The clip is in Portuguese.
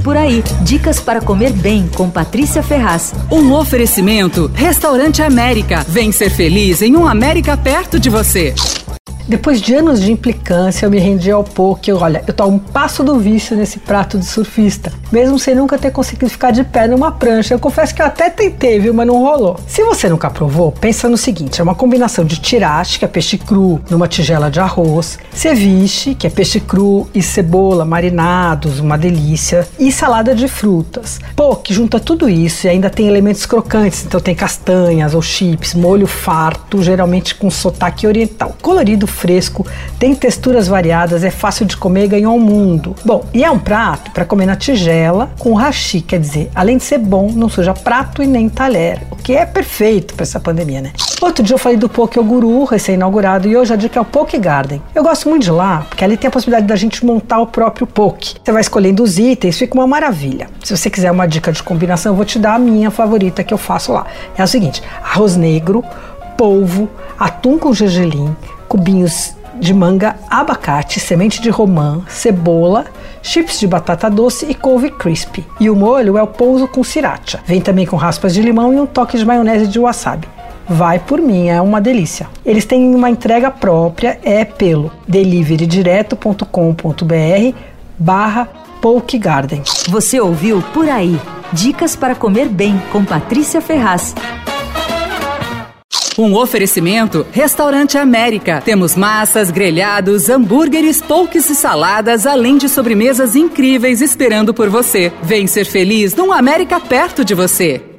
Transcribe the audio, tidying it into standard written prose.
Por Aí, dicas para comer bem com Patrícia Ferraz. Um oferecimento, Restaurante América. Vem ser feliz em um América perto de você. Depois de anos de implicância, eu me rendi ao poke. Olha, eu tô a um passo do vício nesse prato de surfista, mesmo sem nunca ter conseguido ficar de pé numa prancha. Eu confesso que eu até tentei, viu, mas não rolou. Se você nunca provou, pensa no seguinte: é uma combinação de tirache, que é peixe cru numa tigela de arroz, ceviche, que é peixe cru e cebola marinados, uma delícia, e salada de frutas. Poke junta tudo isso e ainda tem elementos crocantes, então tem castanhas ou chips, molho farto, geralmente com sotaque oriental, colorido, fresco, tem texturas variadas, é fácil de comer, ganhou o mundo. Bom, e é um prato para comer na tigela com hashi, quer dizer, além de ser bom, não suja prato e nem talher, o que é perfeito para essa pandemia, né? Outro dia eu falei do Poke Oguru, recém-inaugurado, e hoje a dica é o Poke Garden. Eu gosto muito de lá, porque ali tem a possibilidade da gente montar o próprio poke. Você vai escolhendo os itens, fica uma maravilha. Se você quiser uma dica de combinação, eu vou te dar a minha favorita que eu faço lá. É o seguinte: arroz negro, polvo, atum com gergelim, cubinhos de manga, abacate, semente de romã, cebola, chips de batata doce e couve crispy. E o molho é o pouso com sriracha. Vem também com raspas de limão e um toque de maionese de wasabi. Vai por mim, é uma delícia. Eles têm uma entrega própria, é pelo deliverydireto.com.br/Poke Garden. Você ouviu Por Aí, dicas para comer bem com Patrícia Ferraz. Um oferecimento, Restaurante América. Temos massas, grelhados, hambúrgueres, pokes e saladas, além de sobremesas incríveis esperando por você. Vem ser feliz num América perto de você.